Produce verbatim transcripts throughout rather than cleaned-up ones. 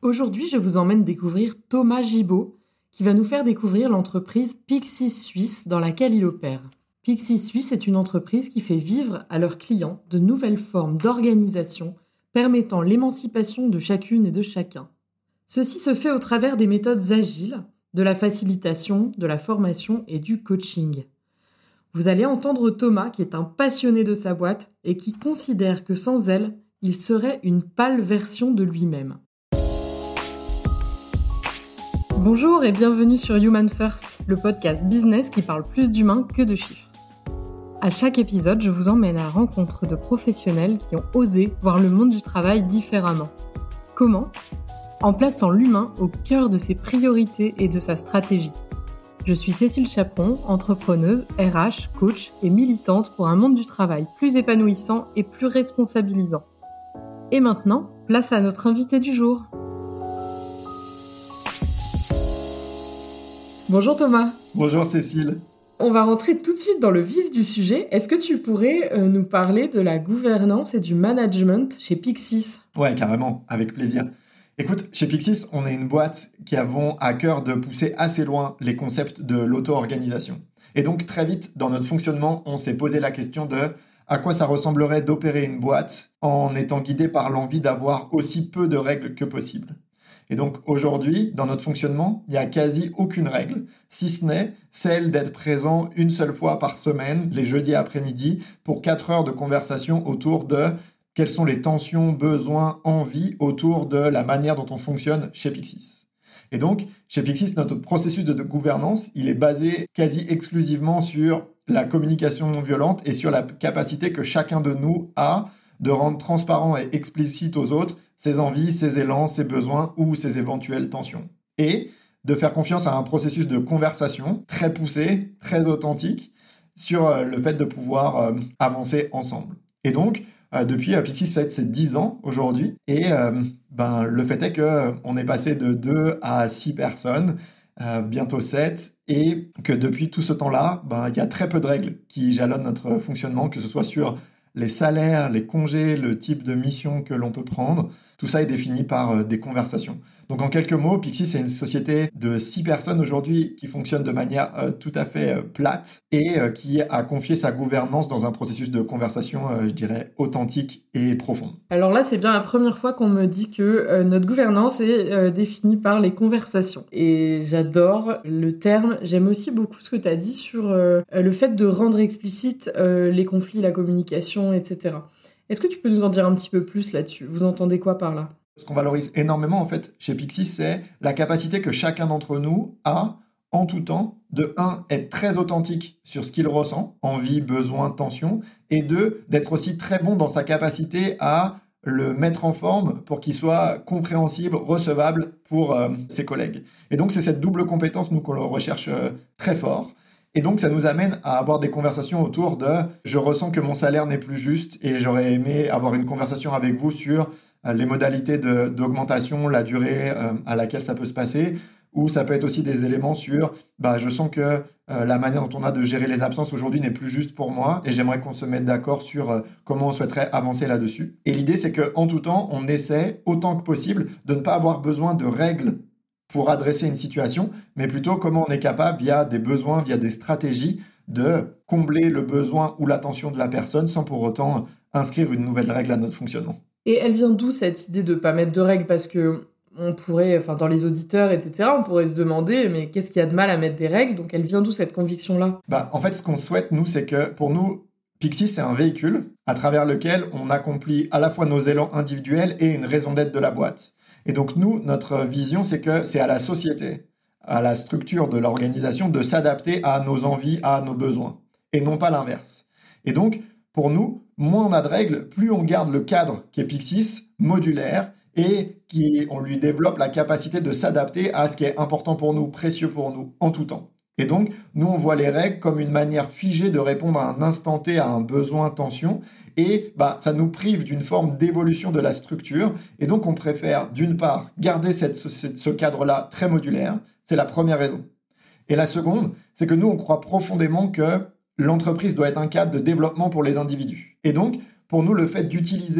Aujourd'hui, je vous emmène découvrir Thomas Gibaud, qui va nous faire découvrir l'entreprise Pixis Suisse dans laquelle il opère. Pixis Suisse est une entreprise qui fait vivre à leurs clients de nouvelles formes d'organisation permettant l'émancipation de chacune et de chacun. Ceci se fait au travers des méthodes agiles, de la facilitation, de la formation et du coaching. Vous allez entendre Thomas, qui est un passionné de sa boîte et qui considère que sans elle, il serait une pâle version de lui-même. Bonjour et bienvenue sur Human First, le podcast business qui parle plus d'humains que de chiffres. À chaque épisode, je vous emmène à la rencontre de professionnels qui ont osé voir le monde du travail différemment. Comment ? En plaçant l'humain au cœur de ses priorités et de sa stratégie. Je suis Cécile Chaperon, entrepreneuse, R H, coach et militante pour un monde du travail plus épanouissant et plus responsabilisant. Et maintenant, place à notre invité du jour. Bonjour Thomas. Bonjour Cécile. On va rentrer tout de suite dans le vif du sujet. Est-ce que tu pourrais euh, nous parler de la gouvernance et du management chez Pixis ? Ouais, carrément, avec plaisir. Écoute, chez Pixis, on est une boîte qui avons à cœur de pousser assez loin les concepts de l'auto-organisation. Et donc, très vite, dans notre fonctionnement, on s'est posé la question de à quoi ça ressemblerait d'opérer une boîte en étant guidé par l'envie d'avoir aussi peu de règles que possible. Et donc aujourd'hui, dans notre fonctionnement, il n'y a quasi aucune règle, si ce n'est celle d'être présent une seule fois par semaine, les jeudis après-midi, pour quatre heures de conversation autour de quelles sont les tensions, besoins, envies autour de la manière dont on fonctionne chez Pixis. Et donc, chez Pixis, notre processus de gouvernance, il est basé quasi exclusivement sur la communication non violente et sur la capacité que chacun de nous a de rendre transparent et explicite aux autres ses envies, ses élans, ses besoins ou ses éventuelles tensions. Et de faire confiance à un processus de conversation très poussé, très authentique, sur le fait de pouvoir euh, avancer ensemble. Et donc, euh, depuis, euh, Pixis fête ses dix ans aujourd'hui, et euh, ben, le fait est qu'on euh, est passé de deux à six personnes, euh, bientôt sept, et que depuis tout ce temps-là, ben, il y a très peu de règles qui jalonnent notre fonctionnement, que ce soit sur les salaires, les congés, le type de mission que l'on peut prendre. Tout ça est défini par euh, des conversations. Donc en quelques mots, Pixis c'est une société de six personnes aujourd'hui qui fonctionne de manière euh, tout à fait euh, plate et euh, qui a confié sa gouvernance dans un processus de conversation, euh, je dirais, authentique et profond. Alors là, c'est bien la première fois qu'on me dit que euh, notre gouvernance est euh, définie par les conversations. Et j'adore le terme. J'aime aussi beaucoup ce que tu as dit sur euh, le fait de rendre explicite euh, les conflits, la communication, et cetera. Est-ce que tu peux nous en dire un petit peu plus là-dessus ? Vous entendez quoi par là ? Ce qu'on valorise énormément en fait chez Pixis, c'est la capacité que chacun d'entre nous a en tout temps de un, être très authentique sur ce qu'il ressent, envie, besoin, tension, et deux, d'être aussi très bon dans sa capacité à le mettre en forme pour qu'il soit compréhensible, recevable pour euh, ses collègues. Et donc c'est cette double compétence nous qu'on recherche euh, très fort. Et donc, ça nous amène à avoir des conversations autour de « je ressens que mon salaire n'est plus juste et j'aurais aimé avoir une conversation avec vous sur euh, les modalités de, d'augmentation, la durée euh, à laquelle ça peut se passer. » Ou ça peut être aussi des éléments sur bah, « je sens que euh, la manière dont on a de gérer les absences aujourd'hui n'est plus juste pour moi et j'aimerais qu'on se mette d'accord sur euh, comment on souhaiterait avancer là-dessus. » Et l'idée, c'est qu'en tout temps, on essaie autant que possible de ne pas avoir besoin de règles pour adresser une situation, mais plutôt comment on est capable, via des besoins, via des stratégies, de combler le besoin ou l'attention de la personne sans pour autant inscrire une nouvelle règle à notre fonctionnement. Et elle vient d'où cette idée de ne pas mettre de règles ? Parce que on pourrait, enfin dans les auditeurs, et cetera, on pourrait se demander, mais qu'est-ce qu'il y a de mal à mettre des règles ? Donc elle vient d'où cette conviction-là ? Bah, en fait, ce qu'on souhaite, nous, c'est que pour nous, Pixis, c'est un véhicule à travers lequel on accomplit à la fois nos élans individuels et une raison d'être de la boîte. Et donc nous, notre vision, c'est que c'est à la société, à la structure de l'organisation de s'adapter à nos envies, à nos besoins, et non pas l'inverse. Et donc, pour nous, moins on a de règles, plus on garde le cadre qui est Pixis, modulaire, et qui, on lui développe la capacité de s'adapter à ce qui est important pour nous, précieux pour nous, en tout temps. Et donc, nous, on voit les règles comme une manière figée de répondre à un instant T, à un besoin, tension, et bah, ça nous prive d'une forme d'évolution de la structure. Et donc, on préfère, d'une part, garder cette, ce, ce cadre-là très modulaire. C'est la première raison. Et la seconde, c'est que nous, on croit profondément que l'entreprise doit être un cadre de développement pour les individus. Et donc, pour nous, le fait d'utiliser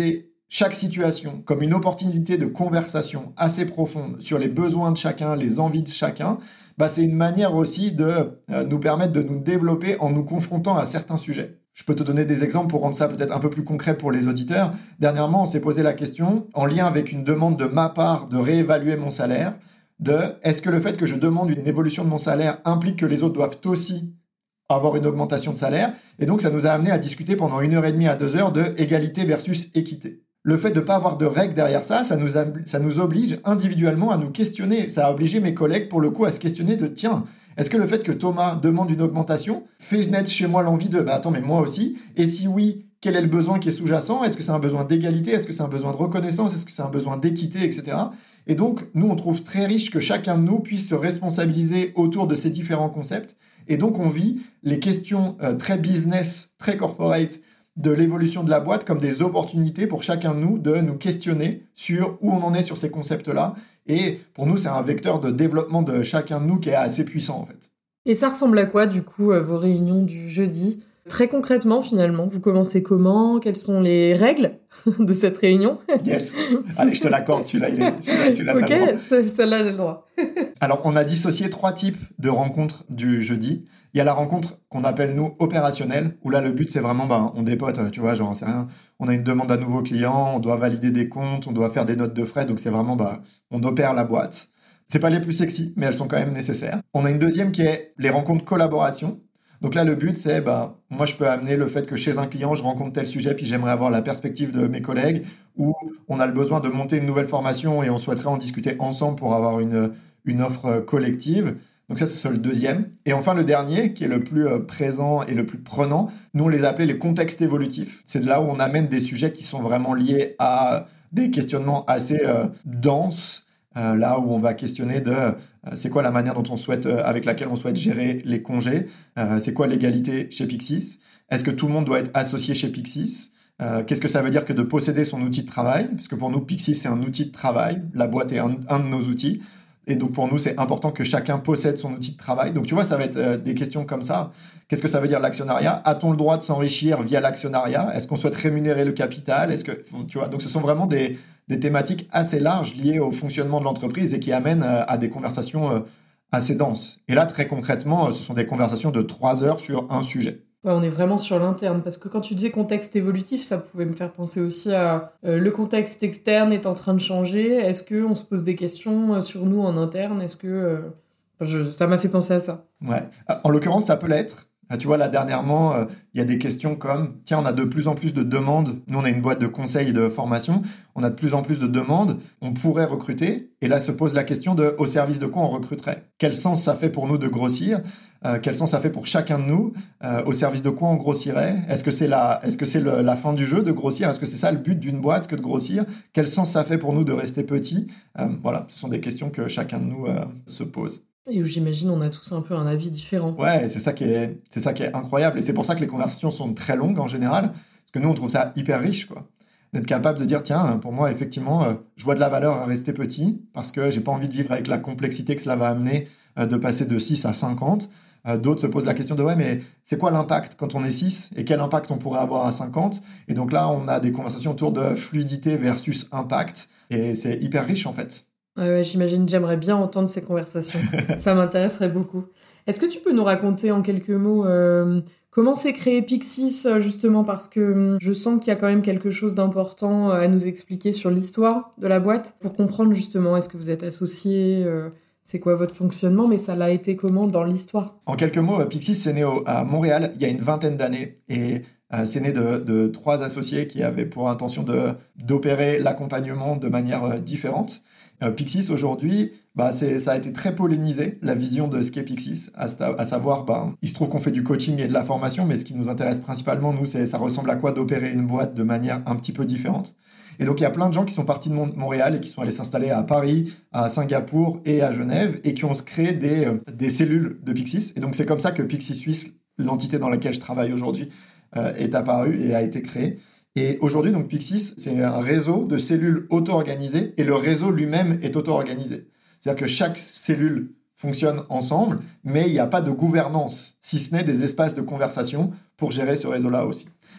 chaque situation comme une opportunité de conversation assez profonde sur les besoins de chacun, les envies de chacun, bah, c'est une manière aussi de euh, nous permettre de nous développer en nous confrontant à certains sujets. Je peux te donner des exemples pour rendre ça peut-être un peu plus concret pour les auditeurs. Dernièrement, on s'est posé la question, en lien avec une demande de ma part de réévaluer mon salaire, de est-ce que le fait que je demande une évolution de mon salaire implique que les autres doivent aussi avoir une augmentation de salaire? Et donc, ça nous a amené à discuter pendant une heure et demie à deux heures de égalité versus équité. Le fait de ne pas avoir de règles derrière ça, ça nous, a, ça nous oblige individuellement à nous questionner. Ça a obligé mes collègues, pour le coup, à se questionner de « Tiens, est-ce que le fait que Thomas demande une augmentation fait naître chez moi l'envie de « Bah attends, mais moi aussi ?» Et si oui, quel est le besoin qui est sous-jacent? Est-ce que c'est un besoin d'égalité? Est-ce que c'est un besoin de reconnaissance? Est-ce que c'est un besoin d'équité, et cetera. Et donc, nous, on trouve très riche que chacun de nous puisse se responsabiliser autour de ces différents concepts. Et donc, on vit les questions euh, très business, très corporate, de l'évolution de la boîte comme des opportunités pour chacun de nous de nous questionner sur où on en est sur ces concepts-là. Et pour nous, c'est un vecteur de développement de chacun de nous qui est assez puissant, en fait. Et ça ressemble à quoi, du coup, vos réunions du jeudi? Très concrètement, finalement, vous commencez comment? Quelles sont les règles de cette réunion? Yes. Allez, je te l'accorde, celui-là, il est, celui-là, celui-là, ok, t'as le droit. Celle-là, j'ai le droit. Alors, on a dissocié trois types de rencontres du jeudi. Il y a la rencontre qu'on appelle, nous, opérationnelle, où là, le but, c'est vraiment, ben, on dépote, tu vois, genre, c'est rien. On a une demande d'un nouveau client, on doit valider des comptes, on doit faire des notes de frais, donc c'est vraiment, ben, on opère la boîte. C'est pas les plus sexy, mais elles sont quand même nécessaires. On a une deuxième qui est les rencontres collaboration. Donc là, le but, c'est, ben, moi, je peux amener le fait que chez un client, je rencontre tel sujet, puis j'aimerais avoir la perspective de mes collègues, ou on a le besoin de monter une nouvelle formation et on souhaiterait en discuter ensemble pour avoir une, une offre collective. Donc ça, c'est le deuxième. Et enfin, le dernier, qui est le plus euh, présent et le plus prenant, nous, on les appelait les contextes évolutifs. C'est de là où on amène des sujets qui sont vraiment liés à des questionnements assez euh, denses, euh, là où on va questionner de euh, c'est quoi la manière dont on souhaite, euh, avec laquelle on souhaite gérer les congés, euh, c'est quoi l'égalité chez Pyxis, est-ce que tout le monde doit être associé chez Pyxis, euh, qu'est-ce que ça veut dire que de posséder son outil de travail, parce que pour nous, Pyxis, c'est un outil de travail, la boîte est un, un de nos outils. Et donc, pour nous, c'est important que chacun possède son outil de travail. Donc, tu vois, ça va être euh, des questions comme ça. Qu'est-ce que ça veut dire l'actionnariat? A-t-on le droit de s'enrichir via l'actionnariat? Est-ce qu'on souhaite rémunérer le capital? Est-ce que, tu vois, donc, ce sont vraiment des, des thématiques assez larges liées au fonctionnement de l'entreprise et qui amènent euh, à des conversations euh, assez denses. Et là, très concrètement, euh, ce sont des conversations de trois heures sur un sujet. Ouais, on est vraiment sur l'interne, parce que quand tu disais contexte évolutif, ça pouvait me faire penser aussi à euh, le contexte externe est en train de changer. Est-ce qu'on se pose des questions sur nous en interne? Est-ce que euh, je, ça m'a fait penser à ça. Ouais. En l'occurrence, ça peut l'être. Tu vois, là, dernièrement, il euh, y a des questions comme « Tiens, on a de plus en plus de demandes. Nous, on a une boîte de conseil et de formation. On a de plus en plus de demandes. On pourrait recruter. » Et là, se pose la question de « Au service de quoi on recruterait ?» Quel sens ça fait pour nous de grossir? Euh, quel sens ça fait pour chacun de nous? euh, Au service de quoi on grossirait? Est-ce que c'est, la, est-ce que c'est le, la fin du jeu de grossir? Est-ce que c'est ça le but d'une boîte que de grossir? Quel sens ça fait pour nous de rester petit? euh, Voilà, ce sont des questions que chacun de nous euh, se pose. Et où j'imagine on a tous un peu un avis différent. Ouais, c'est ça qui est, c'est ça qui est incroyable. Et c'est pour ça que les conversations sont très longues en général, parce que nous, on trouve ça hyper riche, quoi. D'être capable de dire, tiens, pour moi, effectivement, euh, je vois de la valeur à rester petit, parce que j'ai pas envie de vivre avec la complexité que cela va amener euh, de passer de six à cinquante. Euh, d'autres se posent la question de, ouais, mais c'est quoi l'impact quand on est six et quel impact on pourrait avoir à cinquante? Et donc là, on a des conversations autour de fluidité versus impact, et c'est hyper riche, en fait. Ouais, j'imagine, j'aimerais bien entendre ces conversations. Ça m'intéresserait beaucoup. Est-ce que tu peux nous raconter en quelques mots euh, comment s'est créé Pyxis, justement, parce que je sens qu'il y a quand même quelque chose d'important à nous expliquer sur l'histoire de la boîte, pour comprendre justement, est-ce que vous êtes associés, euh, c'est quoi votre fonctionnement, mais ça l'a été comment dans l'histoire? En quelques mots, Pyxis, c'est né au, à Montréal il y a une vingtaine d'années, et euh, c'est né de, de trois associés qui avaient pour intention de, d'opérer l'accompagnement de manière euh, différente. Euh, Pyxis, aujourd'hui, bah, c'est, ça a été très pollinisé, la vision de ce qu'est Pyxis, à, à savoir, bah, il se trouve qu'on fait du coaching et de la formation, mais ce qui nous intéresse principalement, nous, c'est ça ressemble à quoi d'opérer une boîte de manière un petit peu différente. Et donc, il y a plein de gens qui sont partis de Montréal et qui sont allés s'installer à Paris, à Singapour et à Genève, et qui ont créé des, euh, des cellules de Pyxis. Et donc, c'est comme ça que Pyxis Suisse, l'entité dans laquelle je travaille aujourd'hui, euh, est apparue et a été créée. Et aujourd'hui, donc Pyxis, c'est un réseau de cellules auto-organisées et le réseau lui-même est auto-organisé. C'est-à-dire que chaque cellule fonctionne ensemble, mais il n'y a pas de gouvernance, si ce n'est des espaces de conversation pour gérer ce réseau-là aussi.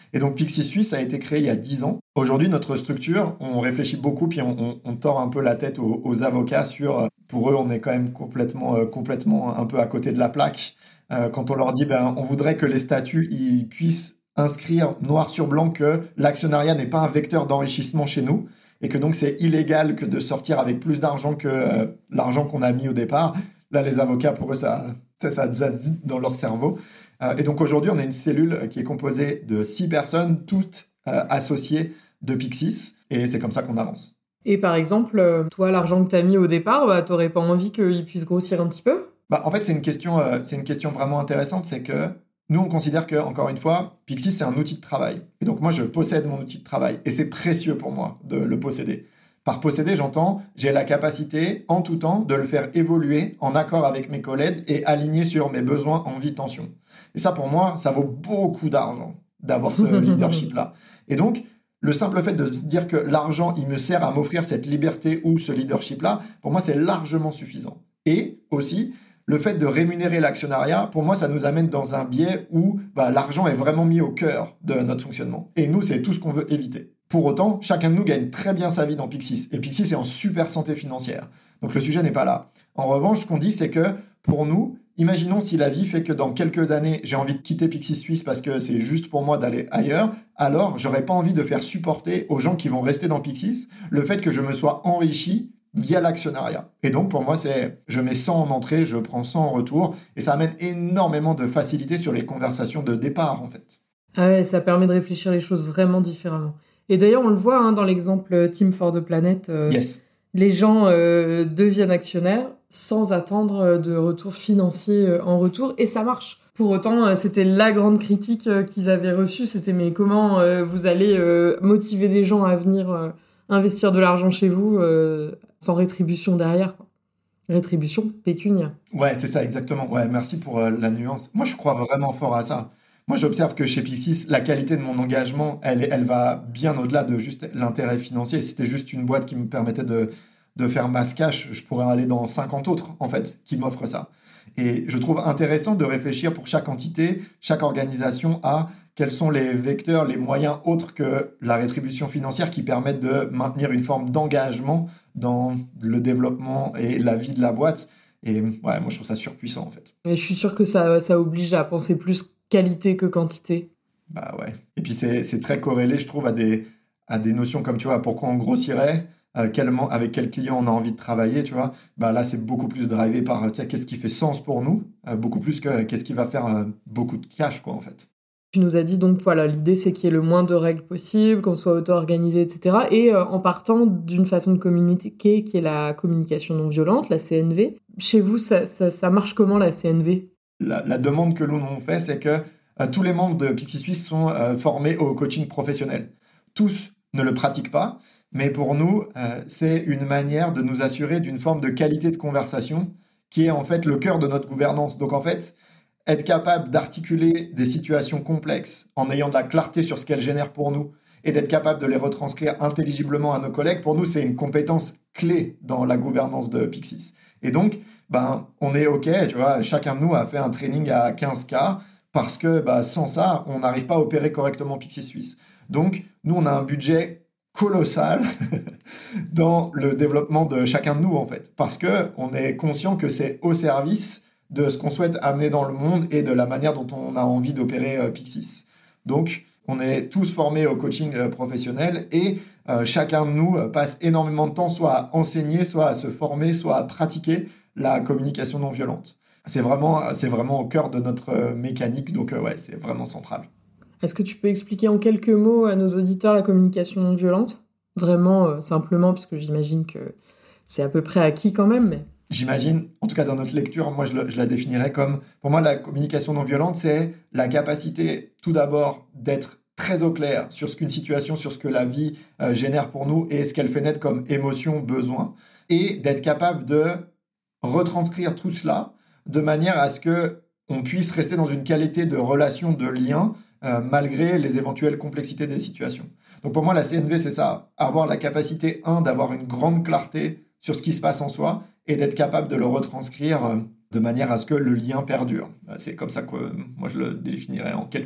Et donc Pixis Suisse a été créé il y a dix ans. Aujourd'hui, notre structure, on réfléchit beaucoup, puis on, on, on tord un peu la tête aux, aux avocats sur, pour eux, on est quand même complètement, euh, complètement un peu à côté de la plaque. Euh, quand on leur dit, ben, on voudrait que les statuts ils puissent inscrire noir sur blanc que l'actionnariat n'est pas un vecteur d'enrichissement chez nous, et que donc c'est illégal que de sortir avec plus d'argent que euh, l'argent qu'on a mis au départ. Là, les avocats, pour eux, ça, ça, ça zazit dans leur cerveau. Euh, et donc aujourd'hui, on a une cellule qui est composée de six personnes, toutes euh, associées de Pixis, et c'est comme ça qu'on avance. Et par exemple, euh, toi, l'argent que tu as mis au départ, bah, tu n'aurais pas envie qu'il puisse grossir un petit peu ? Bah, en fait, c'est une question, euh, c'est une question vraiment intéressante, c'est que nous, on considère que, encore une fois, Pixis, c'est un outil de travail. Et donc moi, je possède mon outil de travail, et c'est précieux pour moi de le posséder. Par posséder, j'entends, j'ai la capacité, en tout temps, de le faire évoluer en accord avec mes collègues et aligné sur mes besoins, envies, tensions. Et ça, pour moi, ça vaut beaucoup d'argent d'avoir ce leadership-là. Et donc, le simple fait de se dire que l'argent, il me sert à m'offrir cette liberté ou ce leadership-là, pour moi, c'est largement suffisant. Et aussi, le fait de rémunérer l'actionnariat, pour moi, ça nous amène dans un biais où bah, l'argent est vraiment mis au cœur de notre fonctionnement. Et nous, c'est tout ce qu'on veut éviter. Pour autant, chacun de nous gagne très bien sa vie dans Pixis. Et Pixis est en super santé financière. Donc le sujet n'est pas là. En revanche, ce qu'on dit, c'est que pour nous, imaginons si la vie fait que dans quelques années, j'ai envie de quitter Pixis Suisse parce que c'est juste pour moi d'aller ailleurs, alors j'aurais pas envie de faire supporter aux gens qui vont rester dans Pixis le fait que je me sois enrichi via l'actionnariat. Et donc, pour moi, c'est je mets cent en entrée, je prends cent en retour, et ça amène énormément de facilité sur les conversations de départ, en fait. Ah ouais, ça permet de réfléchir les choses vraiment différemment. Et d'ailleurs, on le voit hein, dans l'exemple Team for the Planet. Euh, yes. Les gens euh, deviennent actionnaires sans attendre de retour financier euh, en retour, et ça marche. Pour autant, euh, c'était la grande critique euh, qu'ils avaient reçue, c'était mais comment euh, vous allez euh, motiver des gens à venir euh, investir de l'argent chez vous euh, sans rétribution derrière, quoi. Rétribution pécuniaire. Ouais, c'est ça, exactement. Ouais, merci pour euh, la nuance. Moi, je crois vraiment fort à ça. Moi, j'observe que chez Pixis, la qualité de mon engagement, elle, elle va bien au-delà de juste l'intérêt financier. Si c'était juste une boîte qui me permettait de, de faire mass cash, je pourrais aller dans cinquante autres, en fait, qui m'offrent ça. Et je trouve intéressant de réfléchir pour chaque entité, chaque organisation à quels sont les vecteurs, les moyens autres que la rétribution financière qui permettent de maintenir une forme d'engagement dans le développement et la vie de la boîte. Et ouais, moi, je trouve ça surpuissant, en fait. Et je suis sûre que ça, ça oblige à penser plus qualité que quantité. Bah ouais. Et puis, c'est, c'est très corrélé, je trouve, à des, à des notions comme, tu vois, pourquoi on grossirait, euh, quel, avec quel client on a envie de travailler, tu vois. Bah là, c'est beaucoup plus drivé par, tu sais, qu'est-ce qui fait sens pour nous, euh, beaucoup plus que qu'est-ce qui va faire euh, beaucoup de cash, quoi, en fait. Tu nous as dit donc, voilà, l'idée c'est qu'il y ait le moins de règles possible, qu'on soit auto-organisé, et cetera. Et euh, en partant d'une façon de communiquer qui est la communication non violente, la C N V. Chez vous, ça, ça, ça marche comment, la C N V ? La, la demande que l'on nous fait, c'est que euh, tous les membres de Pixis Suisse sont euh, formés au coaching professionnel. Tous ne le pratiquent pas, mais pour nous, euh, c'est une manière de nous assurer d'une forme de qualité de conversation qui est en fait le cœur de notre gouvernance. Donc en fait, être capable d'articuler des situations complexes en ayant de la clarté sur ce qu'elles génèrent pour nous et d'être capable de les retranscrire intelligiblement à nos collègues, pour nous, c'est une compétence clé dans la gouvernance de Pixis. Et donc, ben, on est OK, tu vois, chacun de nous a fait un training à quinze K parce que ben, sans ça, on n'arrive pas à opérer correctement Pixis Suisse. Donc, nous, on a un budget colossal dans le développement de chacun de nous, en fait, parce qu'on est conscient que c'est au service de ce qu'on souhaite amener dans le monde et de la manière dont on a envie d'opérer euh, Pixis. Donc, on est tous formés au coaching euh, professionnel et euh, chacun de nous euh, passe énormément de temps soit à enseigner, soit à se former, soit à pratiquer la communication non violente. C'est vraiment, c'est vraiment au cœur de notre euh, mécanique, donc euh, ouais, c'est vraiment central. Est-ce que tu peux expliquer en quelques mots à nos auditeurs la communication non violente ? Vraiment, euh, simplement, parce que j'imagine que c'est à peu près acquis quand même, mais... J'imagine, en tout cas dans notre lecture, moi je, le, je la définirais comme, pour moi la communication non violente, c'est la capacité tout d'abord d'être très au clair sur ce qu'une situation, sur ce que la vie euh, génère pour nous et ce qu'elle fait naître comme émotion, besoin, et d'être capable de retranscrire tout cela de manière à ce qu'on puisse rester dans une qualité de relation, de lien, euh, malgré les éventuelles complexités des situations. Donc pour moi la C N V c'est ça, avoir la capacité, un, d'avoir une grande clarté sur ce qui se passe en soi, et d'être capable de le retranscrire de manière à ce que le lien perdure. C'est comme ça que moi je le définirais en quelques mots.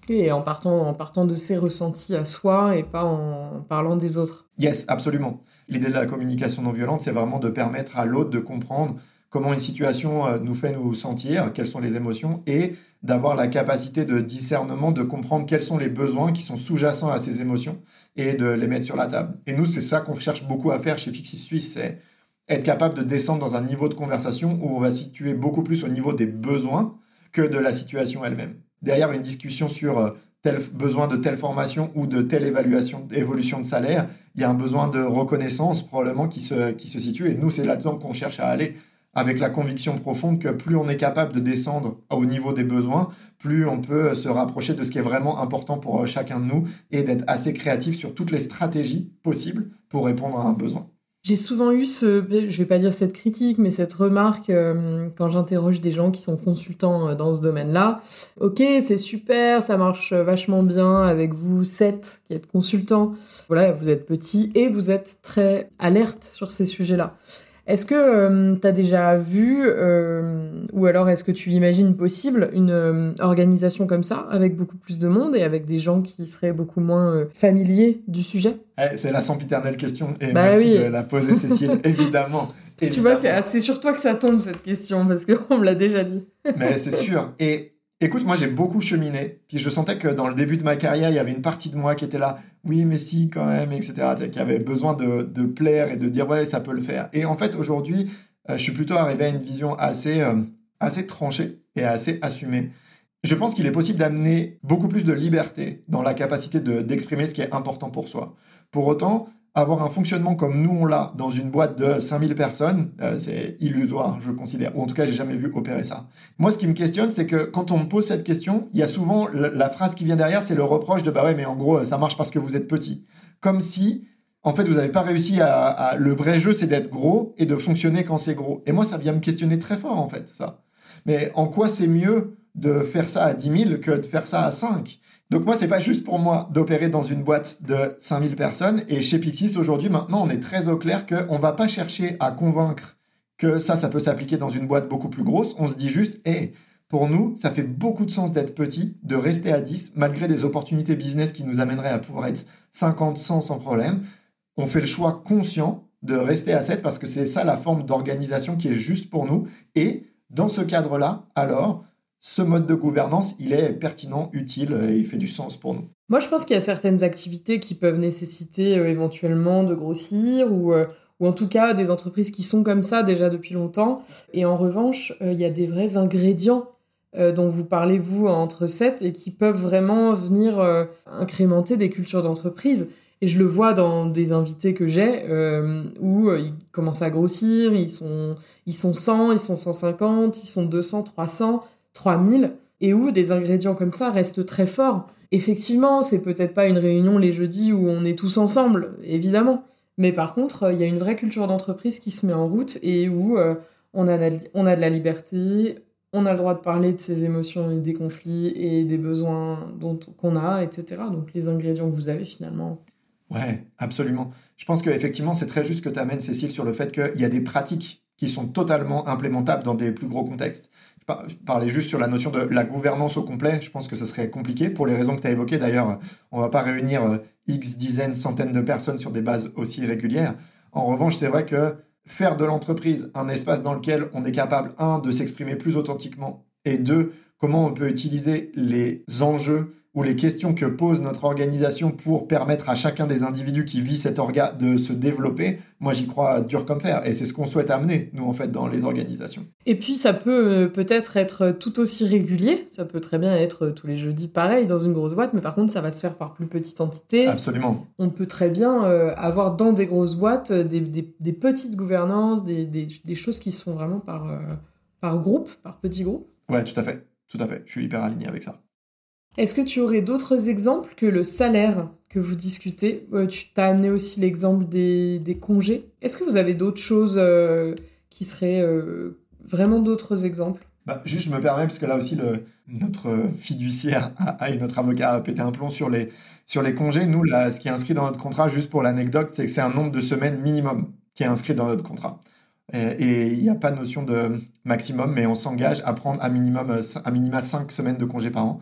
Et en partant, en partant de ses ressentis à soi et pas en parlant des autres. Yes, absolument. L'idée de la communication non violente, c'est vraiment de permettre à l'autre de comprendre comment une situation euh, nous fait nous sentir, quelles sont les émotions, et d'avoir la capacité de discernement, de comprendre quels sont les besoins qui sont sous-jacents à ces émotions et de les mettre sur la table. Et nous, c'est ça qu'on cherche beaucoup à faire chez Pixis Suisse, c'est être capable de descendre dans un niveau de conversation où on va se situer beaucoup plus au niveau des besoins que de la situation elle-même. Derrière une discussion sur euh, tel besoin de telle formation ou de telle évaluation, évolution de salaire, il y a un besoin de reconnaissance probablement qui se, qui se situe. Et nous, c'est là-dedans qu'on cherche à aller, avec la conviction profonde que plus on est capable de descendre au niveau des besoins, plus on peut se rapprocher de ce qui est vraiment important pour chacun de nous et d'être assez créatif sur toutes les stratégies possibles pour répondre à un besoin. J'ai souvent eu ce, je vais pas dire cette critique, mais cette remarque euh, quand j'interroge des gens qui sont consultants euh, dans ce domaine-là. Ok, c'est super, ça marche vachement bien avec vous sept qui êtes consultants. Voilà, vous êtes petits et vous êtes très alerte sur ces sujets-là. Est-ce que euh, tu as déjà vu, euh, ou alors est-ce que tu l'imagines possible, une euh, organisation comme ça, avec beaucoup plus de monde et avec des gens qui seraient beaucoup moins euh, familiers du sujet ? Eh, c'est la sempiternelle question, et bah merci oui. de la poser, Cécile, évidemment. Tu évidemment. vois, c'est sur toi que ça tombe, cette question, parce qu'on me l'a déjà dit. Mais c'est sûr. Et écoute, moi, j'ai beaucoup cheminé. Puis je sentais que dans le début de ma carrière, il y avait une partie de moi qui était là, oui, mais si, quand même, et cetera. Qui avait besoin de, de plaire et de dire, ouais, ça peut le faire. Et en fait, aujourd'hui, euh, je suis plutôt arrivé à une vision assez, euh, assez tranchée et assez assumée. Je pense qu'il est possible d'amener beaucoup plus de liberté dans la capacité de, d'exprimer ce qui est important pour soi. Pour autant, avoir un fonctionnement comme nous on l'a dans une boîte de cinq mille personnes, euh, c'est illusoire, je considère. Ou en tout cas, j'ai jamais vu opérer ça. Moi, ce qui me questionne, c'est que quand on me pose cette question, il y a souvent la, la phrase qui vient derrière, c'est le reproche de « bah ouais, mais en gros, ça marche parce que vous êtes petit ». Comme si, en fait, vous n'avez pas réussi à, à... Le vrai jeu, c'est d'être gros et de fonctionner quand c'est gros. Et moi, ça vient me questionner très fort, en fait, ça. Mais en quoi c'est mieux de faire ça à dix mille que de faire ça à cinq ? Donc moi, c'est pas juste pour moi d'opérer dans une boîte de cinq mille personnes. Et chez Pixis, aujourd'hui, maintenant, on est très au clair qu'on va pas chercher à convaincre que ça, ça peut s'appliquer dans une boîte beaucoup plus grosse. On se dit juste, hé, hey, pour nous, ça fait beaucoup de sens d'être petit, de rester à dix, malgré des opportunités business qui nous amèneraient à pouvoir être cinquante, cent sans problème. On fait le choix conscient de rester à sept parce que c'est ça la forme d'organisation qui est juste pour nous. Et dans ce cadre-là, alors... ce mode de gouvernance, il est pertinent, utile et il fait du sens pour nous. Moi, je pense qu'il y a certaines activités qui peuvent nécessiter euh, éventuellement de grossir ou, euh, ou en tout cas des entreprises qui sont comme ça déjà depuis longtemps. Et en revanche, euh, il y a des vrais ingrédients euh, dont vous parlez, vous, entre sept et qui peuvent vraiment venir euh, incrémenter des cultures d'entreprise. Et je le vois dans des invités que j'ai euh, où euh, ils commencent à grossir, ils sont, ils sont cent, ils sont cent cinquante, ils sont deux cents, trois cents... trois mille, et où des ingrédients comme ça restent très forts. Effectivement, c'est peut-être pas une réunion les jeudis où on est tous ensemble, évidemment. Mais par contre, il y a une vraie culture d'entreprise qui se met en route et où euh, on, a la, on a de la liberté, on a le droit de parler de ses émotions et des conflits et des besoins dont, qu'on a, et cetera. Donc les ingrédients que vous avez finalement... Ouais, absolument. Je pense qu'effectivement, c'est très juste que tu amènes, Cécile, sur le fait qu'il y a des pratiques qui sont totalement implémentables dans des plus gros contextes. Parler juste sur la notion de la gouvernance au complet, je pense que ce serait compliqué pour les raisons que tu as évoquées. D'ailleurs, on ne va pas réunir X dizaines, centaines de personnes sur des bases aussi régulières. En revanche, c'est vrai que faire de l'entreprise un espace dans lequel on est capable, un, de s'exprimer plus authentiquement, et deux, comment on peut utiliser les enjeux ou les questions que pose notre organisation pour permettre à chacun des individus qui vit cet orga de se développer, moi j'y crois dur comme fer. Et c'est ce qu'on souhaite amener, nous, en fait, dans les organisations. Et puis ça peut euh, peut-être être tout aussi régulier, ça peut très bien être tous les jeudis pareil dans une grosse boîte, mais par contre ça va se faire par plus petite entité. Absolument. On peut très bien euh, avoir dans des grosses boîtes des, des, des petites gouvernances, des, des, des choses qui se font vraiment par, euh, par groupe, par petits groupes. Ouais, tout à fait, tout à fait. Je suis hyper aligné avec ça. Est-ce que tu aurais d'autres exemples que le salaire que vous discutez ? euh, Tu t'as amené aussi l'exemple des, des congés. Est-ce que vous avez d'autres choses euh, qui seraient euh, vraiment d'autres exemples ? Bah, juste, je me permets, parce que là aussi, le, notre fiduciaire a, et notre avocat a pété un plomb sur les, sur les congés. Nous, là, ce qui est inscrit dans notre contrat, juste pour l'anecdote, c'est que c'est un nombre de semaines minimum qui est inscrit dans notre contrat. Et il n'y a pas de notion de maximum, mais on s'engage à prendre à, minimum, à minima cinq semaines de congés par an.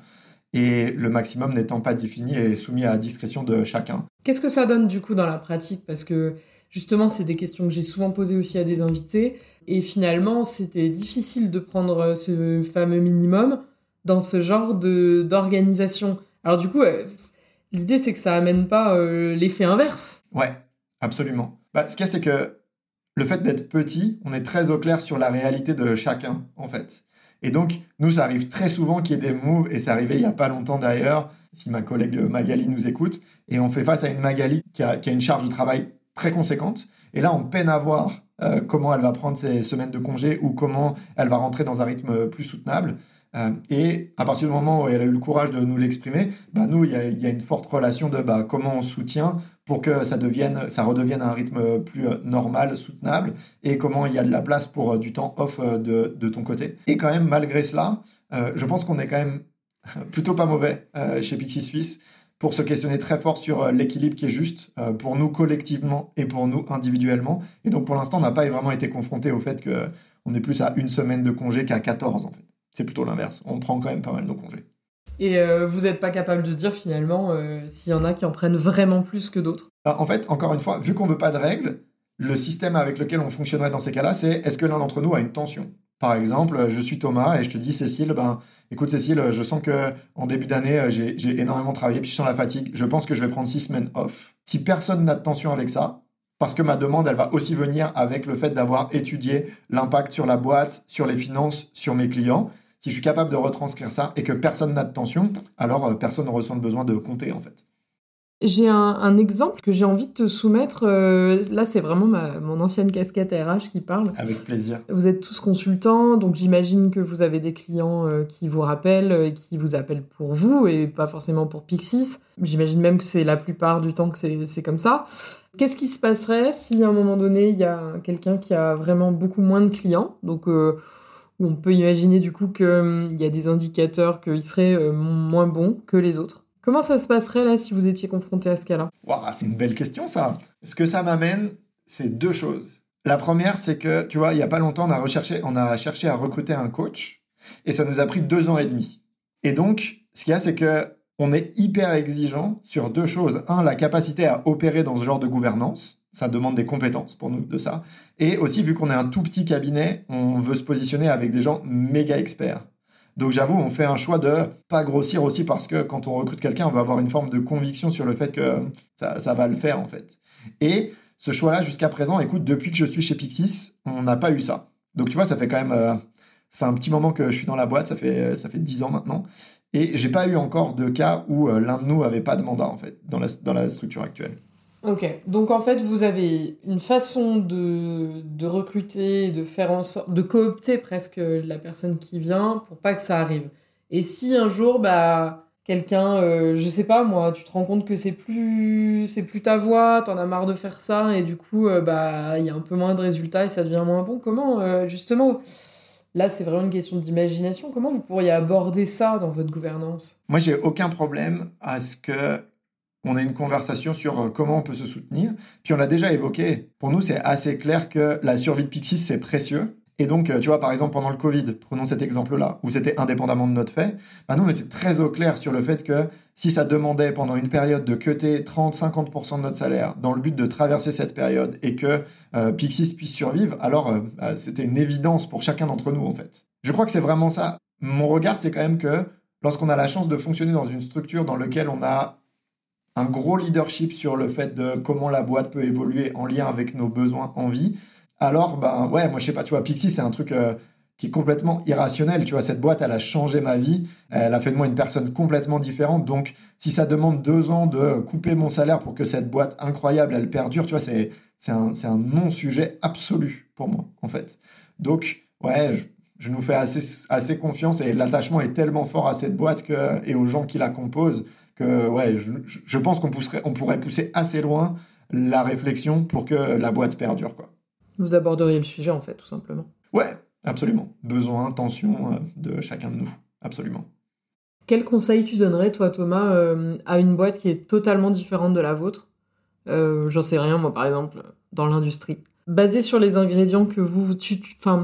et le maximum n'étant pas défini et soumis à la discrétion de chacun. Qu'est-ce que ça donne du coup dans la pratique ? Parce que justement, c'est des questions que j'ai souvent posées aussi à des invités, et finalement, c'était difficile de prendre ce fameux minimum dans ce genre de, d'organisation. Alors du coup, euh, l'idée, c'est que ça amène pas euh, l'effet inverse. Ouais, absolument. Bah, ce qu'il y a, c'est que le fait d'être petit, on est très au clair sur la réalité de chacun, en fait. Et donc, nous, ça arrive très souvent qu'il y ait des moves, et c'est arrivé il n'y a pas longtemps d'ailleurs, si ma collègue Magali nous écoute, et on fait face à une Magali qui a, qui a une charge de travail très conséquente, et là, on peine à voir euh, comment elle va prendre ses semaines de congé ou comment elle va rentrer dans un rythme plus soutenable. Euh, et à partir du moment où elle a eu le courage de nous l'exprimer, bah nous, il y a, y a une forte relation de bah, comment on soutient pour que ça, devienne, ça redevienne un rythme plus euh, normal, soutenable, et comment il y a de la place pour euh, du temps off euh, de, de ton côté. Et quand même, malgré cela, euh, je pense qu'on est quand même plutôt pas mauvais euh, chez Pixie Suisse pour se questionner très fort sur euh, l'équilibre qui est juste euh, pour nous collectivement et pour nous individuellement. Et donc pour l'instant, on n'a pas vraiment été confronté au fait qu'on est plus à une semaine de congé qu'à quatorze en fait. C'est plutôt l'inverse. On prend quand même pas mal nos congés. Et euh, vous n'êtes pas capable de dire finalement euh, s'il y en a qui en prennent vraiment plus que d'autres ? En fait, encore une fois, vu qu'on ne veut pas de règles, le système avec lequel on fonctionnerait dans ces cas-là, c'est est-ce que l'un d'entre nous a une tension ? Par exemple, je suis Thomas et je te dis, Cécile, ben, écoute Cécile, je sens qu'en début d'année, j'ai, j'ai énormément travaillé, puis je sens la fatigue, je pense que je vais prendre six semaines off. Si personne n'a de tension avec ça, parce que ma demande, elle va aussi venir avec le fait d'avoir étudié l'impact sur la boîte, sur les finances, sur mes clients, si je suis capable de retranscrire ça et que personne n'a de tension, alors euh, personne ne ressent le besoin de compter, en fait. J'ai un, un exemple que j'ai envie de te soumettre. Euh, là, c'est vraiment ma, mon ancienne casquette R H qui parle. Avec plaisir. Vous êtes tous consultants, donc j'imagine que vous avez des clients euh, qui vous rappellent, euh, qui vous appellent pour vous et pas forcément pour Pixis. J'imagine même que c'est la plupart du temps que c'est, c'est comme ça. Qu'est-ce qui se passerait si à un moment donné, il y a quelqu'un qui a vraiment beaucoup moins de clients, donc euh, où on peut imaginer du coup qu'il euh, y a des indicateurs qu'il serait euh, moins bon que les autres ? Comment ça se passerait là si vous étiez confronté à ce cas-là ? Wow, c'est une belle question ça. Ce que ça m'amène, c'est deux choses. La première, c'est que, tu vois, il n'y a pas longtemps, on a, recherché, on a cherché à recruter un coach et ça nous a pris deux ans et demi. Et donc, ce qu'il y a, c'est qu'on est hyper exigeant sur deux choses. Un, la capacité à opérer dans ce genre de gouvernance. Ça demande des compétences pour nous de ça. Et aussi, vu qu'on est un tout petit cabinet, on veut se positionner avec des gens méga experts. Donc j'avoue, on fait un choix de pas grossir aussi parce que quand on recrute quelqu'un, on va avoir une forme de conviction sur le fait que ça, ça va le faire en fait. Et ce choix-là, jusqu'à présent, écoute, depuis que je suis chez Pixis, on n'a pas eu ça. Donc tu vois, ça fait quand même euh, ça fait un petit moment que je suis dans la boîte, ça fait, ça fait dix ans maintenant. Et j'ai pas eu encore de cas où euh, l'un de nous avait pas de mandat en fait, dans la, dans la structure actuelle. Ok, donc en fait, vous avez une façon de, de recruter, de faire en sorte, de coopter presque la personne qui vient pour pas que ça arrive. Et si un jour, bah, quelqu'un, euh, je sais pas moi, tu te rends compte que c'est plus, c'est plus ta voix, t'en as marre de faire ça, et du coup, euh, bah, il y a un peu moins de résultats et ça devient moins bon. Comment, euh, justement, là, c'est vraiment une question d'imagination. Comment vous pourriez aborder ça dans votre gouvernance ? Moi, j'ai aucun problème à ce que on a une conversation sur comment on peut se soutenir. Puis on l'a déjà évoqué. Pour nous, c'est assez clair que la survie de Pixis, c'est précieux. Et donc, tu vois, par exemple, pendant le Covid, prenons cet exemple-là, où c'était indépendamment de notre fait, bah nous, on était très au clair sur le fait que si ça demandait pendant une période de cutter trente à cinquante pour cent de notre salaire dans le but de traverser cette période et que euh, Pixis puisse survivre, alors euh, bah, c'était une évidence pour chacun d'entre nous, en fait. Je crois que c'est vraiment ça. Mon regard, c'est quand même que lorsqu'on a la chance de fonctionner dans une structure dans laquelle on a un gros leadership sur le fait de comment la boîte peut évoluer en lien avec nos besoins en vie, alors, ben ouais, moi je sais pas, tu vois, Pixis, c'est un truc euh, qui est complètement irrationnel, tu vois, cette boîte, elle a changé ma vie, elle a fait de moi une personne complètement différente, donc si ça demande deux ans de couper mon salaire pour que cette boîte incroyable, elle perdure, tu vois, c'est, c'est un, c'est un non-sujet absolu pour moi, en fait. Donc, ouais, je, je nous fais assez, assez confiance et l'attachement est tellement fort à cette boîte que, et aux gens qui la composent, que ouais, je, je pense qu'on pousserait, on pourrait pousser assez loin la réflexion pour que la boîte perdure, quoi. Vous aborderiez le sujet, en fait, tout simplement. Ouais, absolument. Besoin, tension euh, de chacun de nous, absolument. Quel conseil tu donnerais, toi, Thomas, euh, à une boîte qui est totalement différente de la vôtre ? euh, J'en sais rien, moi, par exemple, dans l'industrie. Basé sur les ingrédients que vous... Tu, tu, 'fin,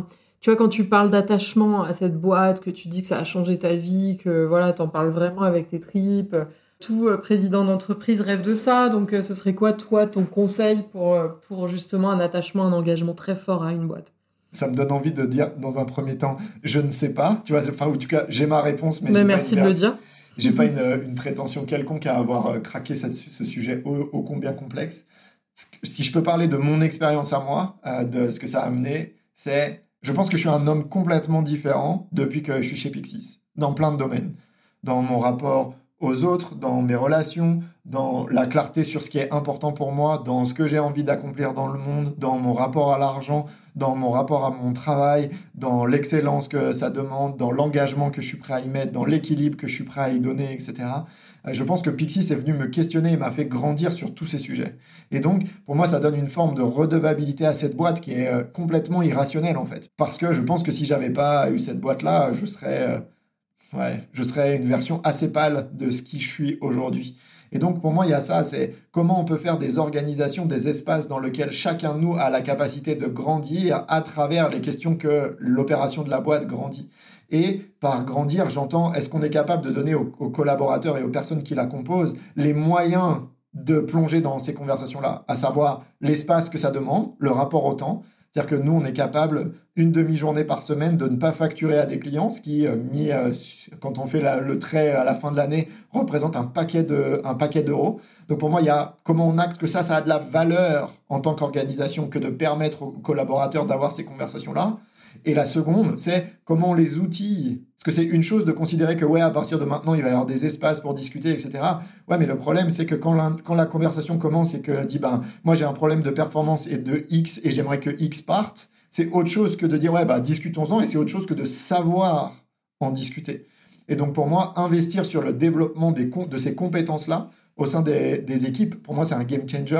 Tu vois, quand tu parles d'attachement à cette boîte, que tu dis que ça a changé ta vie, que voilà, t'en parles vraiment avec tes tripes, tout euh, président d'entreprise rêve de ça. Donc, euh, ce serait quoi, toi, ton conseil pour, euh, pour justement un attachement, un engagement très fort à une boîte? Ça me donne envie de dire, dans un premier temps, je ne sais pas. Tu vois, c'est- enfin, en tout cas, j'ai ma réponse, mais Mais j'ai pas merci une, de le ver- dire. j'ai pas une, une prétention quelconque à avoir euh, craqué cette- ce sujet ô, ô combien complexe. Ce que- Si je peux parler de mon expérience à moi, euh, de ce que ça a amené, c'est, je pense que je suis un homme complètement différent depuis que je suis chez Pixis, dans plein de domaines. Dans mon rapport aux autres, dans mes relations, dans la clarté sur ce qui est important pour moi, dans ce que j'ai envie d'accomplir dans le monde, dans mon rapport à l'argent, dans mon rapport à mon travail, dans l'excellence que ça demande, dans l'engagement que je suis prêt à y mettre, dans l'équilibre que je suis prêt à y donner, et cetera. Euh, Je pense que Pixis est venu me questionner et m'a fait grandir sur tous ces sujets. Et donc, pour moi, ça donne une forme de redevabilité à cette boîte qui est euh, complètement irrationnelle, en fait. Parce que je pense que si j'avais pas eu cette boîte-là, je serais, euh, ouais, je serais une version assez pâle de ce qui je suis aujourd'hui. Et donc, pour moi, il y a ça, c'est comment on peut faire des organisations, des espaces dans lesquels chacun de nous a la capacité de grandir à travers les questions que l'opération de la boîte grandit. Et par grandir, j'entends, est-ce qu'on est capable de donner aux, aux collaborateurs et aux personnes qui la composent les moyens de plonger dans ces conversations-là, à savoir l'espace que ça demande, le rapport au temps. C'est-à-dire que nous, on est capable, une demi-journée par semaine, de ne pas facturer à des clients, ce qui, euh, mis, euh, quand on fait la- le trait à la fin de l'année, représente un paquet de, un paquet d'euros. Donc pour moi, il y a comment on acte que ça, ça a de la valeur en tant qu'organisation que de permettre aux collaborateurs d'avoir ces conversations-là. Et la seconde, c'est comment on les outille. Parce que c'est une chose de considérer que, ouais, à partir de maintenant, il va y avoir des espaces pour discuter, et cetera. Ouais, mais le problème, c'est que quand la, quand la conversation commence et que dit, ben, moi, j'ai un problème de performance et de X et j'aimerais que X parte, c'est autre chose que de dire, ouais, bah, discutons-en, et c'est autre chose que de savoir en discuter. Et donc, pour moi, investir sur le développement des, de ces compétences-là au sein des, des équipes, pour moi, c'est un game changer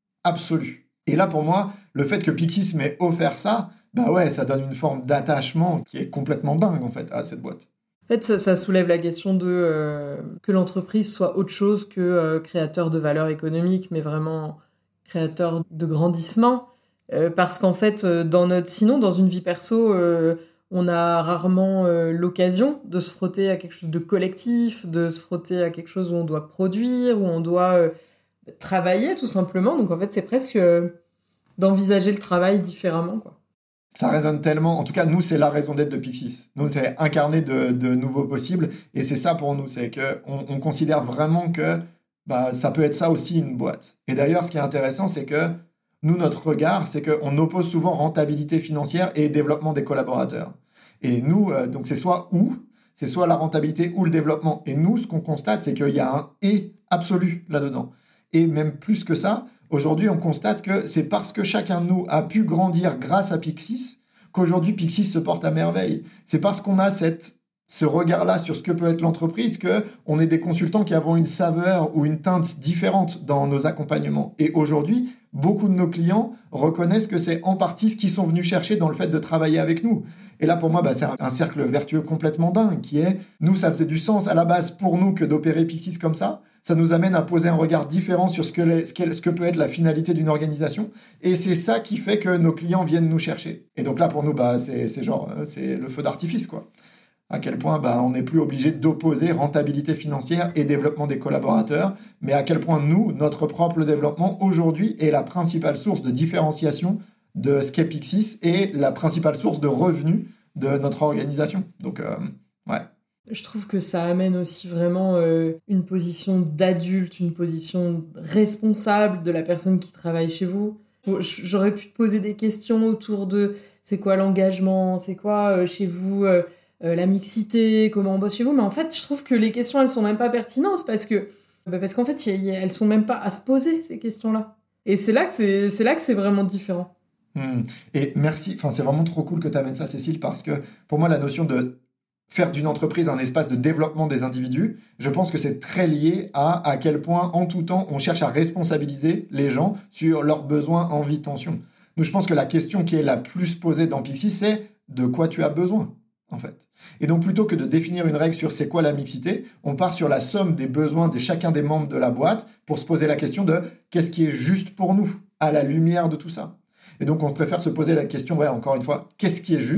absolu. Et là, pour moi, le fait que Pixis m'ait offert ça, bah ouais, ça donne une forme d'attachement qui est complètement dingue, en fait, à cette boîte. En fait, ça, ça soulève la question de euh, que l'entreprise soit autre chose que euh, créateur de valeur économique, mais vraiment créateur de grandissement. Euh, parce qu'en fait, euh, dans notre, sinon, dans une vie perso, euh, on a rarement euh, l'occasion de se frotter à quelque chose de collectif, de se frotter à quelque chose où on doit produire, où on doit euh, travailler, tout simplement. Donc, en fait, c'est presque euh, d'envisager le travail différemment, quoi. Ça résonne tellement. En tout cas, nous, c'est la raison d'être de Pixis. Nous, c'est incarner de, de nouveaux possibles. Et c'est ça pour nous. C'est qu'on on considère vraiment que bah, ça peut être ça aussi une boîte. Et d'ailleurs, ce qui est intéressant, c'est que nous, notre regard, c'est qu'on oppose souvent rentabilité financière et développement des collaborateurs. Et nous, euh, donc c'est soit ou, c'est soit la rentabilité ou le développement. Et nous, ce qu'on constate, c'est qu'il y a un et absolu là-dedans. Et même plus que ça, aujourd'hui, on constate que c'est parce que chacun de nous a pu grandir grâce à Pixis qu'aujourd'hui Pixis se porte à merveille. C'est parce qu'on a cette, ce regard-là sur ce que peut être l'entreprise qu'on est des consultants qui avons une saveur ou une teinte différente dans nos accompagnements. Et aujourd'hui, beaucoup de nos clients reconnaissent que c'est en partie ce qu'ils sont venus chercher dans le fait de travailler avec nous. Et là, pour moi, bah, c'est un, un cercle vertueux complètement dingue qui est, nous, ça faisait du sens à la base pour nous que d'opérer Pixis comme ça. Ça nous amène à poser un regard différent sur ce que, les, ce, que, ce que peut être la finalité d'une organisation. Et c'est ça qui fait que nos clients viennent nous chercher. Et donc là, pour nous, bah, c'est, c'est genre, c'est le feu d'artifice, quoi. À quel point bah, on n'est plus obligé d'opposer rentabilité financière et développement des collaborateurs, mais à quel point nous, notre propre développement aujourd'hui est la principale source de différenciation de ce qu'est Pixis et la principale source de revenus de notre organisation. Donc, euh, ouais. Je trouve que ça amène aussi vraiment euh, une position d'adulte, une position responsable de la personne qui travaille chez vous. J'aurais pu te poser des questions autour de c'est quoi l'engagement, c'est quoi euh, chez vous euh, euh, la mixité, comment on bosse chez vous, mais en fait je trouve que les questions elles sont même pas pertinentes parce que bah parce qu'en fait y a, y a, elles sont même pas à se poser ces questions-là. Et c'est là que c'est, c'est là que c'est vraiment différent. Mmh. Et merci, enfin c'est vraiment trop cool que tu amènes ça, Cécile, parce que pour moi la notion de faire d'une entreprise un espace de développement des individus, je pense que c'est très lié à à quel point, en tout temps, on cherche à responsabiliser les gens sur leurs besoins, envies, tensions. Donc, je pense que la question qui est la plus posée dans Pixis, c'est de quoi tu as besoin, en fait. Et donc, plutôt que de définir une règle sur c'est quoi la mixité, on part sur la somme des besoins de chacun des membres de la boîte pour se poser la question de qu'est-ce qui est juste pour nous, à la lumière de tout ça. Et donc, on préfère se poser la question, ouais, encore une fois, qu'est-ce qui est juste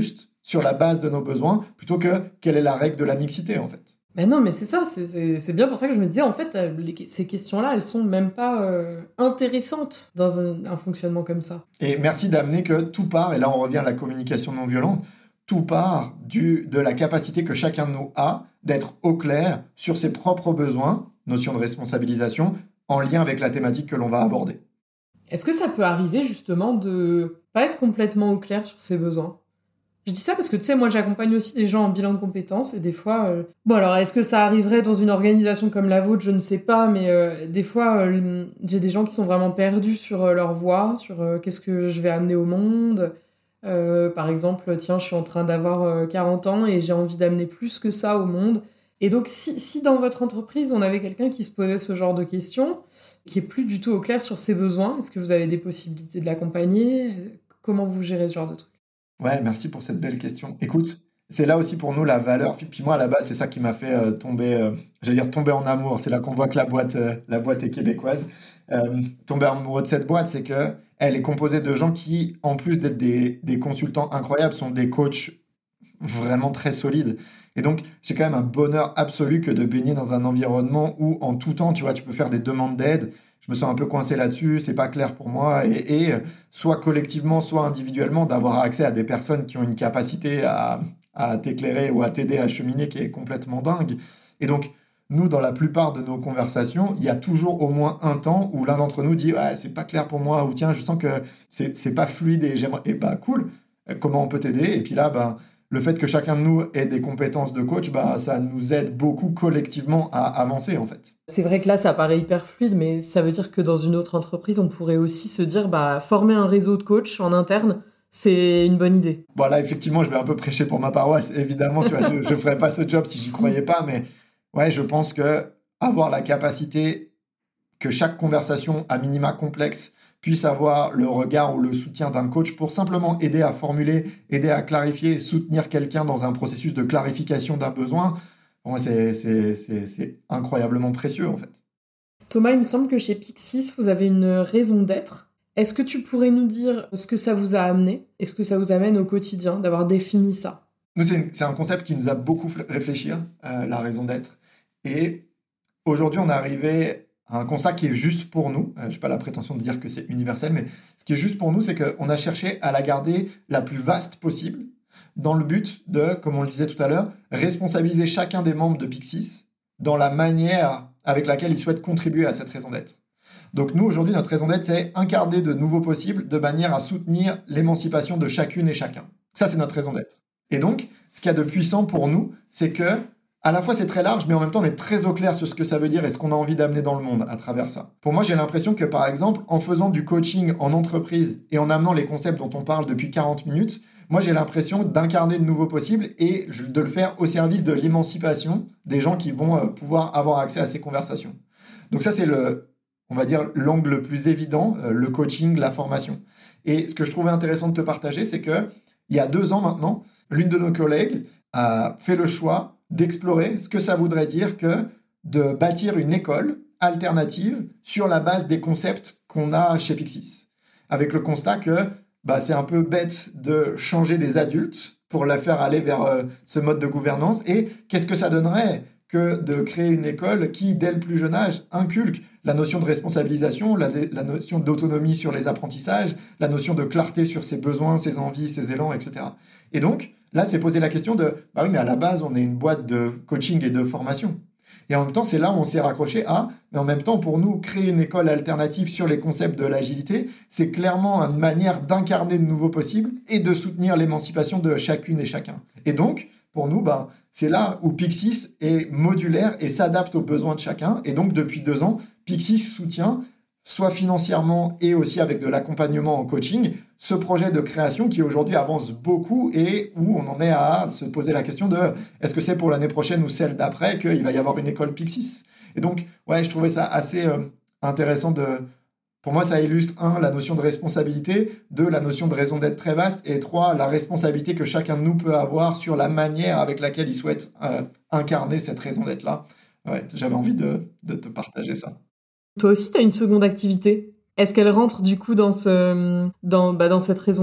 sur la base de nos besoins, plutôt que quelle est la règle de la mixité, en fait. Mais non, mais c'est ça, c'est, c'est, c'est bien pour ça que je me disais, en fait, euh, les- ces questions-là, elles sont même pas euh, intéressantes dans un, un fonctionnement comme ça. Et merci d'amener que tout part, et là on revient à la communication non violente, tout part du, de la capacité que chacun de nous a d'être au clair sur ses propres besoins, notion de responsabilisation, en lien avec la thématique que l'on va aborder. Est-ce que ça peut arriver, justement, de pas être complètement au clair sur ses besoins ? Je dis ça parce que, tu sais, moi, j'accompagne aussi des gens en bilan de compétences, et des fois... euh, Bon, alors, est-ce que ça arriverait dans une organisation comme la vôtre ? Je ne sais pas, mais euh, des fois, euh, j'ai des gens qui sont vraiment perdus sur euh, leur voie, sur euh, qu'est-ce que je vais amener au monde. Euh, par exemple, tiens, je suis en train d'avoir euh, quarante ans et j'ai envie d'amener plus que ça au monde. Et donc, si, si dans votre entreprise, on avait quelqu'un qui se posait ce genre de questions, qui est plus du tout au clair sur ses besoins, est-ce que vous avez des possibilités de l'accompagner ? Comment vous gérez ce genre de truc ? Ouais, merci pour cette belle question. Écoute, c'est là aussi pour nous la valeur. Puis moi, à la base, c'est ça qui m'a fait euh, tomber, euh, j'allais dire tomber en amour. C'est là qu'on voit que la boîte, euh, la boîte est québécoise. Euh, tomber amoureux de cette boîte, c'est que elle est composée de gens qui, en plus d'être des, des consultants incroyables, sont des coachs vraiment très solides. Et donc, c'est quand même un bonheur absolu que de baigner dans un environnement où, en tout temps, tu vois, tu peux faire des demandes d'aide. Je me sens un peu coincé là-dessus, c'est pas clair pour moi. Et, et soit collectivement, soit individuellement, d'avoir accès à des personnes qui ont une capacité à, à t'éclairer ou à t'aider à cheminer qui est complètement dingue. Et donc, nous, dans la plupart de nos conversations, il y a toujours au moins un temps où l'un d'entre nous dit ouais, c'est pas clair pour moi, ou tiens, je sens que c'est, c'est pas fluide et j'aimerais. Et bah, cool, comment on peut t'aider? Et puis là, bah, le fait que chacun de nous ait des compétences de coach, bah, ça nous aide beaucoup collectivement à avancer, en fait. C'est vrai que là, ça paraît hyper fluide, mais ça veut dire que dans une autre entreprise, on pourrait aussi se dire, bah, former un réseau de coachs en interne, c'est une bonne idée. Bon, là, effectivement, je vais un peu prêcher pour ma paroisse. Évidemment, tu vois, je ne ferais pas ce job si j'y croyais pas, mais ouais, je pense que avoir la capacité que chaque conversation, à minima complexe, puisse avoir le regard ou le soutien d'un coach pour simplement aider à formuler, aider à clarifier, soutenir quelqu'un dans un processus de clarification d'un besoin, bon, c'est, c'est, c'est, c'est incroyablement précieux, en fait. Thomas, il me semble que chez Pixis, vous avez une raison d'être. Est-ce que tu pourrais nous dire ce que ça vous a amené et ce que ça vous amène au quotidien, d'avoir défini ça ? Nous, c'est, c'est un concept qui nous a beaucoup fait réfléchir, euh, la raison d'être. Et aujourd'hui, on est arrivé à un constat qui est juste pour nous. Euh, je n'ai pas la prétention de dire que c'est universel, mais ce qui est juste pour nous, c'est qu'on a cherché à la garder la plus vaste possible dans le but de, comme on le disait tout à l'heure, responsabiliser chacun des membres de Pixis dans la manière avec laquelle ils souhaitent contribuer à cette raison d'être. Donc nous, aujourd'hui, notre raison d'être, c'est incarner de nouveaux possibles de manière à soutenir l'émancipation de chacune et chacun. Ça, c'est notre raison d'être. Et donc, ce qu'il y a de puissant pour nous, c'est que, à la fois, c'est très large, mais en même temps, on est très au clair sur ce que ça veut dire et ce qu'on a envie d'amener dans le monde à travers ça. Pour moi, j'ai l'impression que, par exemple, en faisant du coaching en entreprise et en amenant les concepts dont on parle depuis quarante minutes, moi, j'ai l'impression d'incarner de nouveaux possibles et de le faire au service de l'émancipation des gens qui vont pouvoir avoir accès à ces conversations. Donc ça, c'est le... on va dire, l'angle le plus évident, euh, le coaching, la formation. Et ce que je trouvais intéressant de te partager, c'est que il y a deux ans maintenant, l'une de nos collègues a fait le choix d'explorer ce que ça voudrait dire que de bâtir une école alternative sur la base des concepts qu'on a chez Pixis. Avec le constat que bah, c'est un peu bête de changer des adultes pour la faire aller vers euh, ce mode de gouvernance. Et qu'est-ce que ça donnerait que de créer une école qui, dès le plus jeune âge, inculque la notion de responsabilisation, la, la notion d'autonomie sur les apprentissages, la notion de clarté sur ses besoins, ses envies, ses élans, et cetera. Et donc, là, c'est poser la question de, bah oui, mais à la base, on est une boîte de coaching et de formation. Et en même temps, c'est là où on s'est raccroché à, mais en même temps, pour nous, créer une école alternative sur les concepts de l'agilité, c'est clairement une manière d'incarner de nouveaux possibles et de soutenir l'émancipation de chacune et chacun. Et donc, pour nous, bah, c'est là où Pixis est modulaire et s'adapte aux besoins de chacun. Et donc, depuis deux ans, Pixis soutient, soit financièrement et aussi avec de l'accompagnement en coaching, ce projet de création qui aujourd'hui avance beaucoup et où on en est à se poser la question de est-ce que c'est pour l'année prochaine ou celle d'après qu'il va y avoir une école Pixis. Et donc, ouais, je trouvais ça assez euh, intéressant de... Pour moi, ça illustre, un, la notion de responsabilité, deux, la notion de raison d'être très vaste, et trois, la responsabilité que chacun de nous peut avoir sur la manière avec laquelle il souhaite euh, incarner cette raison d'être-là. Ouais, j'avais envie de, de te partager ça. Toi aussi, tu as une seconde activité. Est-ce qu'elle rentre du coup dans, ce, dans, bah, dans cette raison d'être ?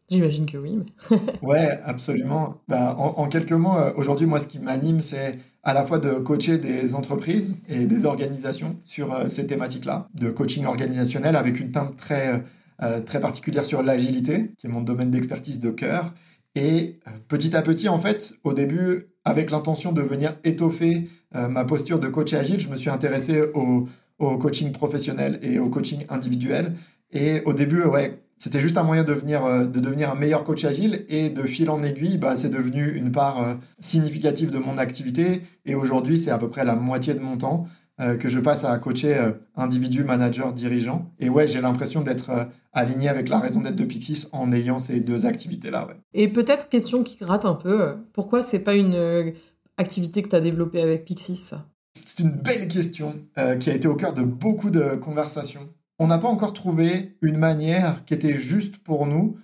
J'imagine que oui. Mais... Ouais, absolument. Bah, en, en quelques mots, euh, aujourd'hui, moi, ce qui m'anime, c'est à la fois de coacher des entreprises et des organisations sur euh, ces thématiques-là, de coaching organisationnel avec une teinte très, euh, très particulière sur l'agilité, qui est mon domaine d'expertise de cœur. Et euh, petit à petit, en fait, au début, avec l'intention de venir étoffer euh, ma posture de coach agile, je me suis intéressé au, au coaching professionnel et au coaching individuel. Et au début, ouais, c'était juste un moyen de, venir, euh, de devenir un meilleur coach agile. Et de fil en aiguille, bah, c'est devenu une part euh, significative de mon activité. Et aujourd'hui, c'est à peu près la moitié de mon temps euh, que je passe à coacher euh, individus, managers, dirigeants. Et ouais, j'ai l'impression d'être euh, aligné avec la raison d'être de Pyxis en ayant ces deux activités-là. Ouais. Et peut-être, question qui gratte un peu, pourquoi c'est pas une euh, activité que tu as développée avec Pyxis, ça ? C'est une belle question euh, qui a été au cœur de beaucoup de conversations. On n'a pas encore trouvé une manière qui était juste pour nous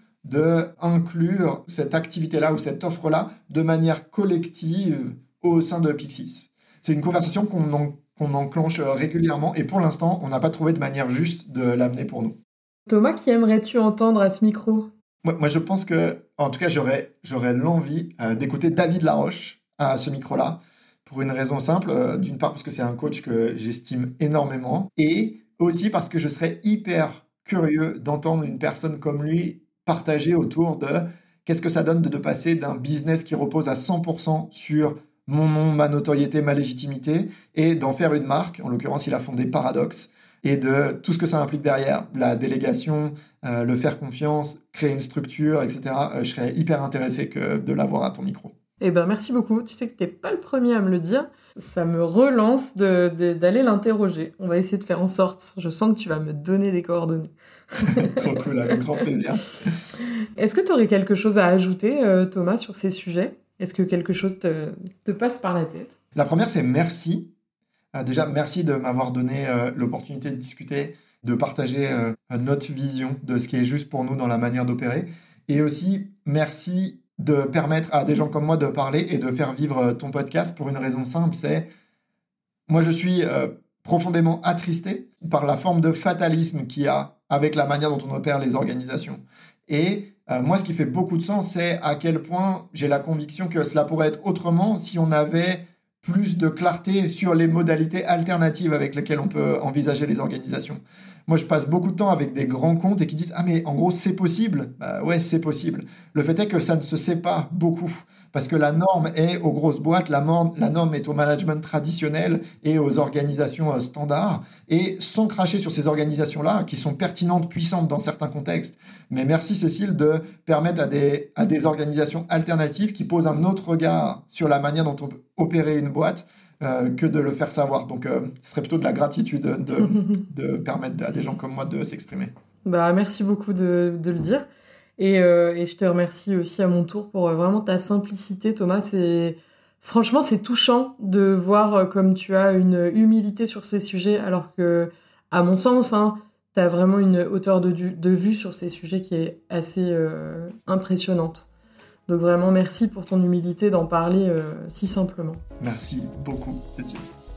d'inclure cette activité-là ou cette offre-là de manière collective au sein de Pyxis. C'est une conversation qu'on, en, qu'on enclenche régulièrement et pour l'instant, on n'a pas trouvé de manière juste de l'amener pour nous. Thomas, qui aimerais-tu entendre à ce micro ? Moi, moi je pense que, en tout cas, j'aurais, j'aurais l'envie euh, d'écouter David Laroche à ce micro-là pour une raison simple. Euh, d'une part, parce que c'est un coach que j'estime énormément et aussi parce que je serais hyper curieux d'entendre une personne comme lui partager autour de qu'est-ce que ça donne de, de passer d'un business qui repose à cent pour cent sur mon nom, ma notoriété, ma légitimité, et d'en faire une marque. En l'occurrence, il a fondé Paradox, et de tout ce que ça implique derrière, la délégation, euh, le faire confiance, créer une structure, et cetera. Euh, je serais hyper intéressé que de l'avoir à ton micro. Eh ben, merci beaucoup. Tu sais que t'es pas le premier à me le dire. Ça me relance de, de, d'aller l'interroger. On va essayer de faire en sorte. Je sens que tu vas me donner des coordonnées. Trop cool, avec grand plaisir. Est-ce que tu aurais quelque chose à ajouter, euh, Thomas, sur ces sujets ? Est-ce que quelque chose te, te passe par la tête ? La première, c'est merci. Euh, déjà, merci de m'avoir donné euh, l'opportunité de discuter, de partager euh, notre vision de ce qui est juste pour nous dans la manière d'opérer. Et aussi, merci de permettre à des gens comme moi de parler et de faire vivre ton podcast pour une raison simple, c'est moi je suis euh, profondément attristé par la forme de fatalisme qu'il y a avec la manière dont on opère les organisations. Et euh, moi ce qui fait beaucoup de sens, c'est à quel point j'ai la conviction que cela pourrait être autrement si on avait plus de clarté sur les modalités alternatives avec lesquelles on peut envisager les organisations. Moi, je passe beaucoup de temps avec des grands comptes et qui disent « Ah, mais en gros, c'est possible ». Bah ouais, c'est possible. Le fait est que ça ne se sait pas beaucoup. Parce que la norme est aux grosses boîtes, la norme, la norme est au management traditionnel et aux organisations euh, standards. Et sans cracher sur ces organisations-là, qui sont pertinentes, puissantes dans certains contextes. Mais merci Cécile de permettre à des, à des organisations alternatives qui posent un autre regard sur la manière dont on peut opérer une boîte, Euh, que de le faire savoir. Donc, euh, ce serait plutôt de la gratitude de, de permettre à des gens comme moi de s'exprimer. Bah, merci beaucoup de, de le dire. Et, euh, et je te remercie aussi à mon tour pour euh, vraiment ta simplicité, Thomas. C'est... Franchement, c'est touchant de voir euh, comme tu as une humilité sur ces sujets, alors que, à mon sens, hein, tu as vraiment une hauteur de, de vue sur ces sujets qui est assez euh, impressionnante. Donc vraiment, merci pour ton humilité d'en parler euh, si simplement. Merci beaucoup, Cécile.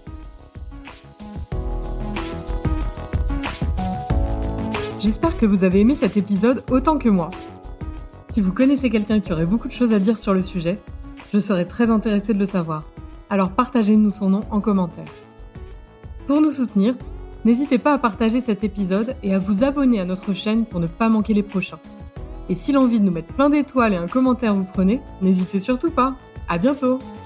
J'espère que vous avez aimé cet épisode autant que moi. Si vous connaissez quelqu'un qui aurait beaucoup de choses à dire sur le sujet, je serais très intéressée de le savoir. Alors partagez-nous son nom en commentaire. Pour nous soutenir, n'hésitez pas à partager cet épisode et à vous abonner à notre chaîne pour ne pas manquer les prochains. Et si l'envie de nous mettre plein d'étoiles et un commentaire vous prenez, n'hésitez surtout pas. À bientôt!